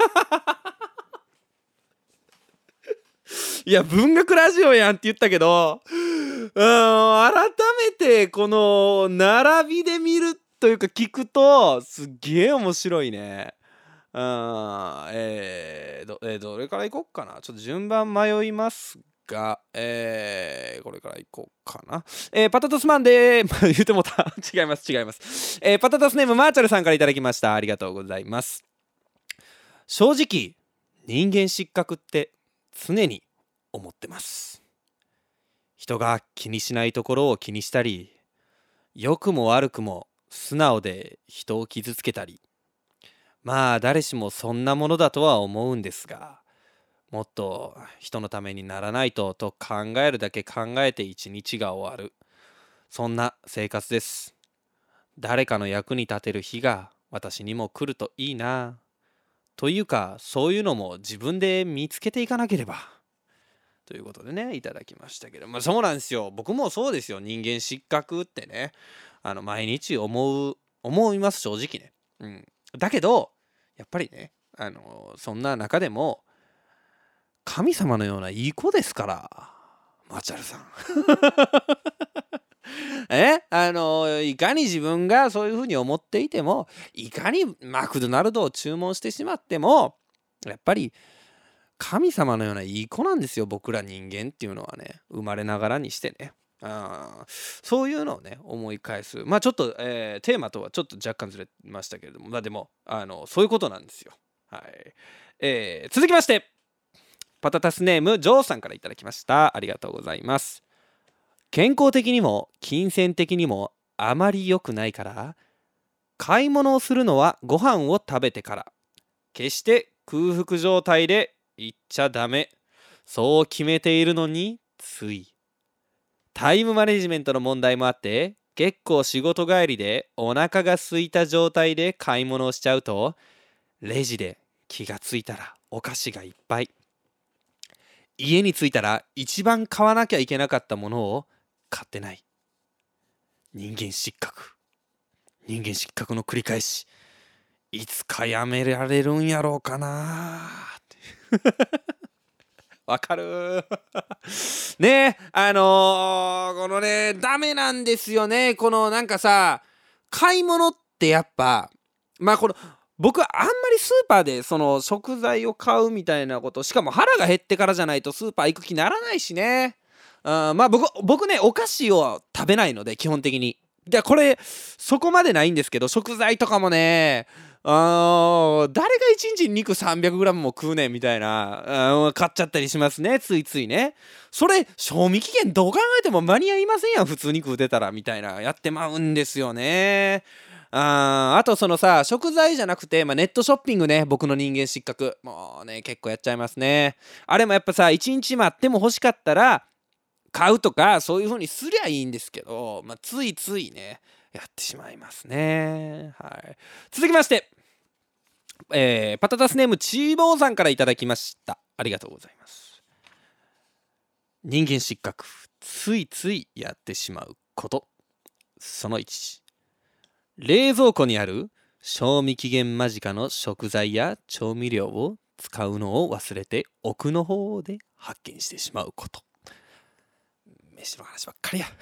いや文学ラジオやんって言ったけど、うーん改めてこの並びで見るというか聞くとすっげえ面白いね。うんえー、ど, えー、どれからいこうかな。ちょっと順番迷いますが、えー、これからいこうかな。えー、パタタスマンで言うてもた違います違います、えー、パタタスネームマーチャルさんからいただきました。ありがとうございます。正直人間失格って常に思ってます。人が気にしないところを気にしたり、良くも悪くも素直で人を傷つけたり、まあ誰しもそんなものだとは思うんですが、もっと人のためにならないとと考えるだけ考えて一日が終わる、そんな生活です。誰かの役に立てる日が私にも来るといいな。というかそういうのも自分で見つけていかなければということでねいただきましたけど、まあそうなんですよ。僕もそうですよ。人間失格ってね、あの毎日思う思います、正直ね。うん。だけどやっぱりね、あのそんな中でも神様のようないい子ですから、マチャルさん。えあのいかに自分がそういうふうに思っていても、いかにマクドナルドを注文してしまっても、やっぱり神様のようないい子なんですよ、僕ら人間っていうのはね。生まれながらにしてね。あそういうのをね思い返す。まあちょっと、えー、テーマとはちょっと若干ずれましたけれども、まあでもあのそういうことなんですよ。はい、えー、続きましてパタタスネームジョーさんからいただきました。ありがとうございます。健康的にも金銭的にもあまり良くないから、買い物をするのはご飯を食べてから、決して空腹状態で行っちゃダメ、そう決めているのについタイムマネジメントの問題もあって、結構仕事帰りでお腹が空いた状態で買い物をしちゃうと、レジで気がついたらお菓子がいっぱい、家に着いたら一番買わなきゃいけなかったものを買ってない。人間失格人間失格の繰り返し。いつかやめられるんやろうかなわかるねえ、あのー、このねダメなんですよね。このなんかさ、買い物ってやっぱまあこの僕はあんまりスーパーでその食材を買うみたいなこと、しかも腹が減ってからじゃないとスーパー行く気ならないしね。あまあ僕僕ねお菓子を食べないので基本的に。じゃあこれそこまでないんですけど、食材とかもね、あ誰がいちにちに肉 さんびゃくグラム も食うねんみたいな、買っちゃったりしますね、ついついね。それ賞味期限どう考えても間に合いませんやん、普通に食うてたらみたいなやってまうんですよね。ああとそのさ、食材じゃなくて、まあ、ネットショッピングね、僕の人間失格もうね結構やっちゃいますね。あれもやっぱさ、いちにち待っても欲しかったら買うとかそういう風にすりゃいいんですけど、まあ、ついついねやってしまいますね。はい、続きまして、えー、パタタスネームチーボーさんからいただきました。ありがとうございます。人間失格、ついついやってしまうこと。そのいち、冷蔵庫にある賞味期限間近の食材や調味料を使うのを忘れて奥の方で発見してしまうこと。飯の話ばっかりや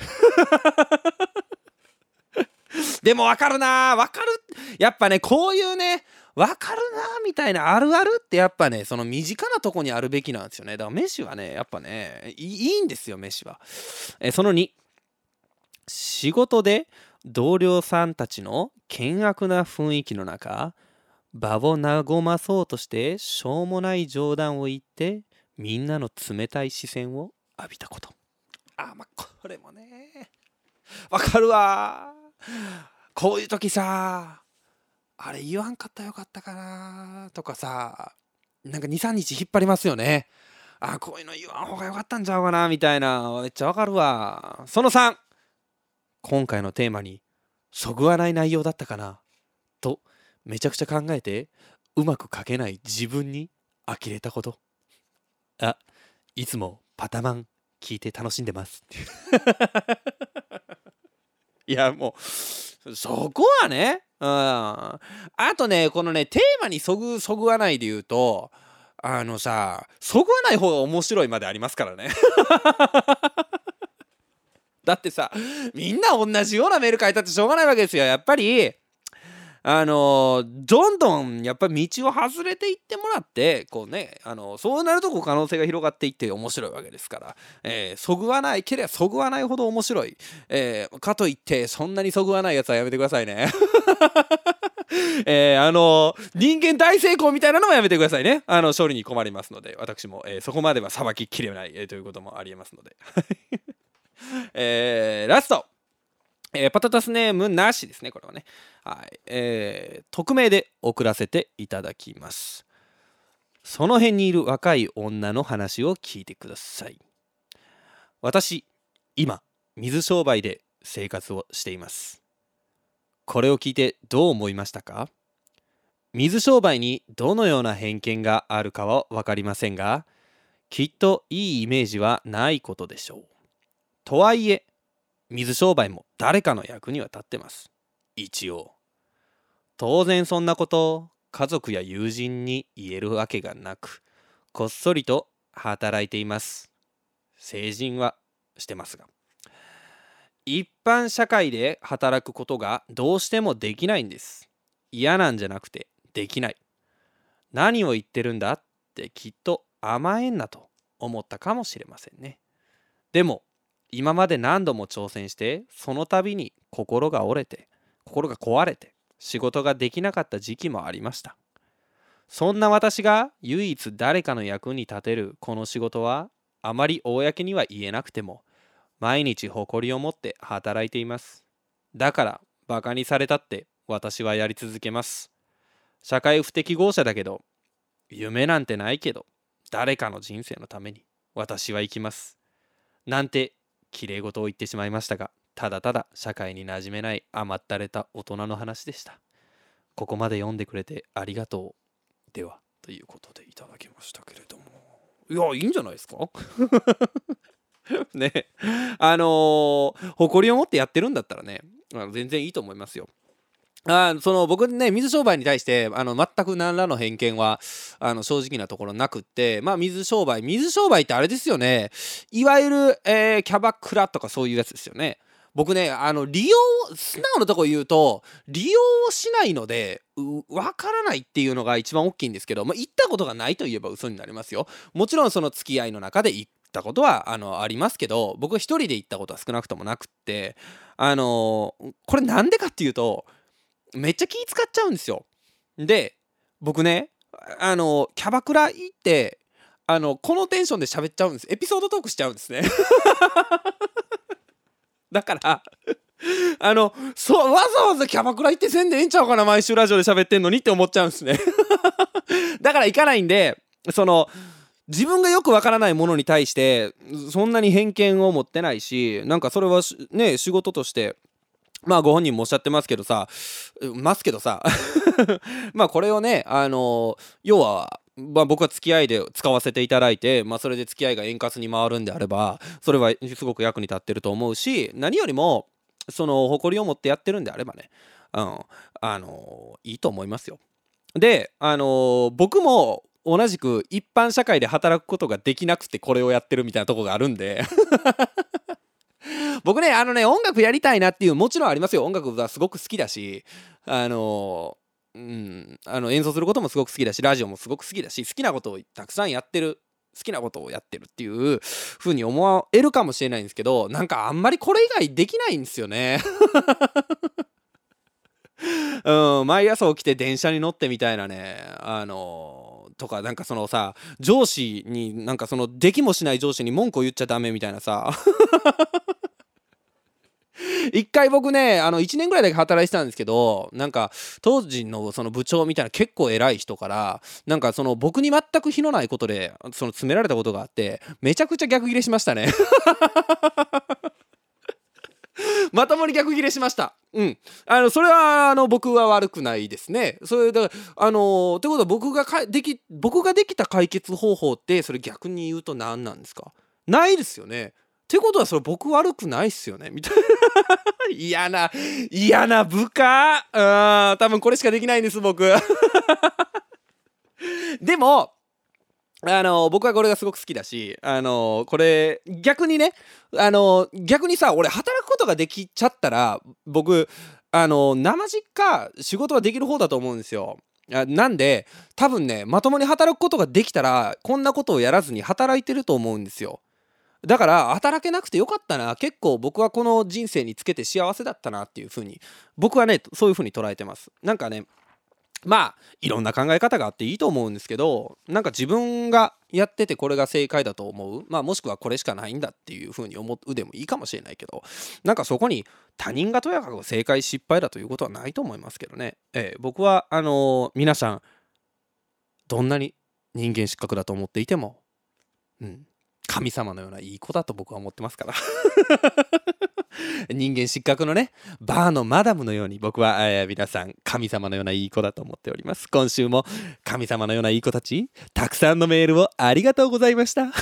でもわかるな、わかる。やっぱねこういうねわかるなみたいなあるあるってやっぱねその身近なとこにあるべきなんですよね。だから飯はねやっぱねい い, いいんですよ飯は。えそのに、仕事で同僚さんたちの険悪な雰囲気の中、場を和まそうとしてしょうもない冗談を言ってみんなの冷たい視線を浴びたこと。あまあこれもねわかるわ。こういう時さ、あれ言わんかったらよかったかなとかさ、なんか にさんにち引っ張りますよね。あこういうの言わん方がよかったんちゃうかなみたいな、めっちゃわかるわ。そのさん、今回のテーマにそぐわない内容だったかなとめちゃくちゃ考えてうまく書けない自分に呆れたこと。あ、いつもパタマン聞いて楽しんでますいやもうそこはね、うん、あとねこのねテーマにそぐそぐわないで言うと、あのさそぐわない方が面白いまでありますからねだってさみんな同じようなメール書いたってしょうがないわけですよ。やっぱりあのどんどんやっぱり道を外れていってもらってこうね、あのそうなるとこう可能性が広がっていって面白いわけですから、えー、そぐわないければそぐわないほど面白い、えー、かといってそんなにそぐわないやつはやめてくださいねえー、あの人間大成功みたいなのもやめてくださいね。あの処理に困りますので、私も、えー、そこまではさばききれない、えー、ということもありえますのでえー、ラスト、えー、パタタスネームなしですね。これはね、はい、えー、匿名で送らせていただきます。その辺にいる若い女の話を聞いてください。私今水商売で生活をしています。これを聞いてどう思いましたか？水商売にどのような偏見があるかは分かりませんが、きっといいイメージはないことでしょう。とはいえ水商売も誰かの役には立ってます。一応当然そんなことを家族や友人に言えるわけがなく、こっそりと働いています。成人はしてますが、一般社会で働くことがどうしてもできないんです。嫌なんじゃなくてできない。何を言ってるんだってきっと甘えんなと思ったかもしれませんね。でも今まで何度も挑戦してその度に心が折れて心が壊れて仕事ができなかった時期もありました。そんな私が唯一誰かの役に立てるこの仕事はあまり公には言えなくても毎日誇りを持って働いています。だからバカにされたって私はやり続けます。社会不適合者だけど夢なんてないけど誰かの人生のために私は生きますなんてきれい事を言ってしまいましたが、ただただ社会に馴染めない甘ったれた大人の話でした。ここまで読んでくれてありがとう。ではということでいただきましたけれども、いやいいんじゃないですかね、あのー、誇りを持ってやってるんだったらね、全然いいと思いますよ。あその僕ね水商売に対してあの全く何らの偏見はあの正直なところなくって、まあ水商売水商売ってあれですよね、いわゆる、えー、キャバクラとかそういうやつですよね。僕ねあの利用素直なところ言うと利用をしないのでわからないっていうのが一番大きいんですけど、まあ、行ったことがないといえば嘘になりますよ。もちろんその付き合いの中で行ったことはあのありますけど、僕一人で行ったことは少なくともなくって、あのー、これなんでかっていうとめっちゃ気使っちゃうんですよ。で僕ねあのキャバクラ行ってあのこのテンションで喋っちゃうんです。エピソードトークしちゃうんですねだからあのそうわざわざキャバクラ行ってせんでええんちゃうかな、毎週ラジオで喋ってんのにって思っちゃうんですねだから行かないんで、その自分がよくわからないものに対してそんなに偏見を持ってないし、なんかそれはね仕事としてまあご本人もおっしゃってますけどさますけどさまあこれをねあの要はまあ、僕は付き合いで使わせていただいて、まあ、それで付き合いが円滑に回るんであればそれはすごく役に立ってると思うし、何よりもその誇りを持ってやってるんであればね、うん、あのいいと思いますよ。であの僕も同じく一般社会で働くことができなくてこれをやってるみたいなとこがあるんで僕ねあのね音楽やりたいなっていうもちろんありますよ。音楽はすごく好きだしあのうん、あの演奏することもすごく好きだしラジオもすごく好きだし好きなことをたくさんやってる好きなことをやってるっていう風に思えるかもしれないんですけど、なんかあんまりこれ以外できないんですよねうん、毎朝起きて電車に乗ってみたいなねあのとかなんかそのさ上司になんかそのできもしない上司に文句を言っちゃダメみたいなさ一回僕ねあのいちねんぐらいだけ働いてたんですけど、なんか当時のその部長みたいな結構偉い人からなんかその僕に全く非のないことでその詰められたことがあってめちゃくちゃ逆ギレしましたねまともに逆ギレしました。うんあのそれはあの僕は悪くないですね。それだからあのー、ってことは僕がかでき僕ができた解決方法ってそれ逆に言うと何なんですか？ないですよね。ってことはそれ僕悪くないっすよねみたいな嫌な嫌な部下。うん多分これしかできないんです僕でもあの僕はこれがすごく好きだし、あのこれ逆にね、あの逆にさ俺働くことができちゃったら僕あの生実家仕事はできる方だと思うんですよ。なんで多分ねまともに働くことができたらこんなことをやらずに働いてると思うんですよ。だから働けなくてよかったな、結構僕はこの人生につけて幸せだったなっていう風に僕はねそういう風に捉えてます。なんかねまあいろんな考え方があっていいと思うんですけど、なんか自分がやっててこれが正解だと思う、まあもしくはこれしかないんだっていう風に思うでもいいかもしれないけど、なんかそこに他人がとやかく正解失敗だということはないと思いますけどね。えー、僕はあのー、皆さんどんなに人間失格だと思っていても、うん、神様のようないい子だと僕は思ってますから人間失格のねバーのマダムのように僕は、えー、皆さん神様のようないい子だと思っております。今週も神様のようないい子たちたくさんのメールをありがとうございました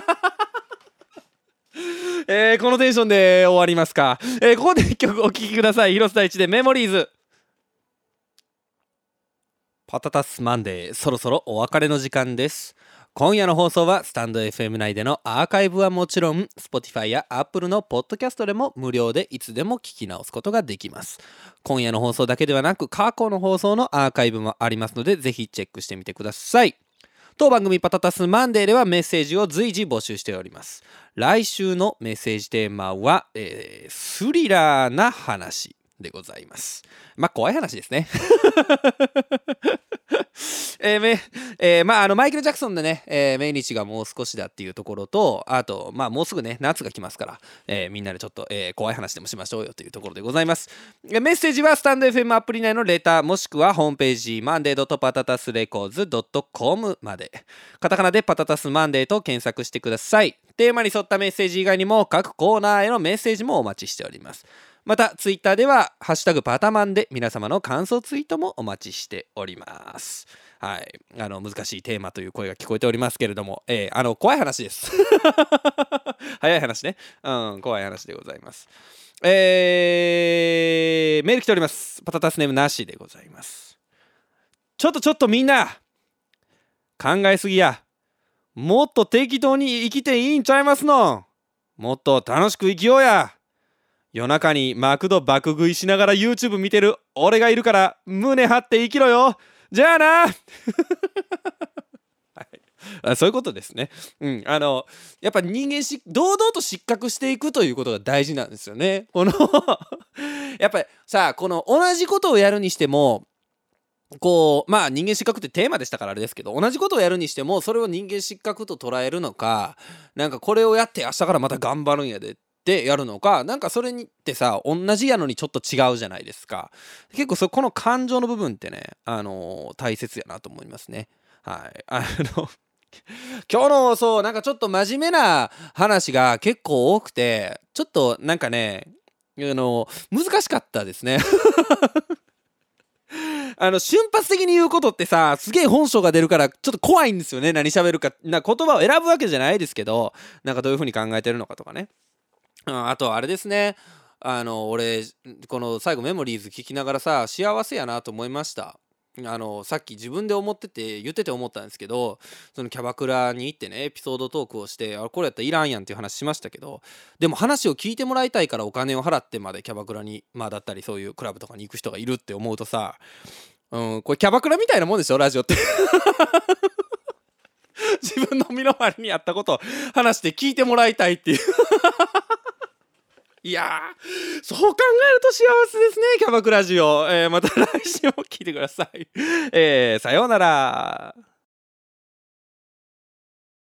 えー、このテンションで終わりますか。えー、ここで一曲お聴きください。広瀬大地でメモリーズ。パタタスマンデー、そろそろお別れの時間です。今夜の放送はスタンド エフエム 内でのアーカイブはもちろん Spotify や Apple のポッドキャストでも無料でいつでも聞き直すことができます。今夜の放送だけではなく過去の放送のアーカイブもありますのでぜひチェックしてみてください。当番組パタタスマンデーではメッセージを随時募集しております。来週のメッセージテーマは、えー、スリラーな話でございます。まあ怖い話ですねえーめえー、まああのマイケル・ジャクソンでね、えー、命日がもう少しだっていうところと、あとまあもうすぐね夏が来ますから、えー、みんなでちょっと、えー、怖い話でもしましょうよというところでございます。メッセージはスタンド エフエム アプリ内のレターもしくはホームページ マンデー ドット パタタスレコーズ ドット コム までカタカナでパタタスマンデーと検索してください。テーマに沿ったメッセージ以外にも各コーナーへのメッセージもお待ちしております。またツイッターではハッシュタグパタマンで皆様の感想ツイートもお待ちしております。はい、あの難しいテーマという声が聞こえておりますけれども、えー、あの怖い話です早い話ね、うん、怖い話でございます。えー、メール来ております。パタタスネームなしでございます。ちょっとちょっとみんな考えすぎや。もっと適当に生きていいんちゃいますの。もっと楽しく生きようや。夜中にマクド爆食いしながら YouTube 見てる俺がいるから胸張って生きろよ。じゃあなはい、あそういうことですね。うんあのやっぱ人間し堂々と失格していくということが大事なんですよね。このやっぱりさこの同じことをやるにしてもこうまあ人間失格ってテーマでしたからあれですけど、同じことをやるにしてもそれを人間失格と捉えるのか、なんかこれをやって明日からまた頑張るんやでってやるのか、なんかそれにってさ同じやのにちょっと違うじゃないですか。結構そこの感情の部分ってね、あのー、大切やなと思いますね。はいあの今日のそうなんかちょっと真面目な話が結構多くてちょっとなんかねあの難しかったですねあの瞬発的に言うことってさすげえ本性が出るからちょっと怖いんですよね。何喋るかな言葉を選ぶわけじゃないですけど、なんかどういう風に考えてるのかとかね。あとあれですね、あの俺この最後メモリーズ聞きながらさ幸せやなと思いました。あのさっき自分で思ってて言ってて思ったんですけど、そのキャバクラに行ってねエピソードトークをして、あこれやったらいらんやんっていう話しましたけど、でも話を聞いてもらいたいからお金を払ってまでキャバクラにまあだったりそういうクラブとかに行く人がいるって思うとさ、うん、これキャバクラみたいなもんでしょラジオって自分の身の回りにあったことを話して聞いてもらいたいっていういやーそう考えると幸せですねキャバクラジオ、えー、また来週も聞いてください、えー、さようなら。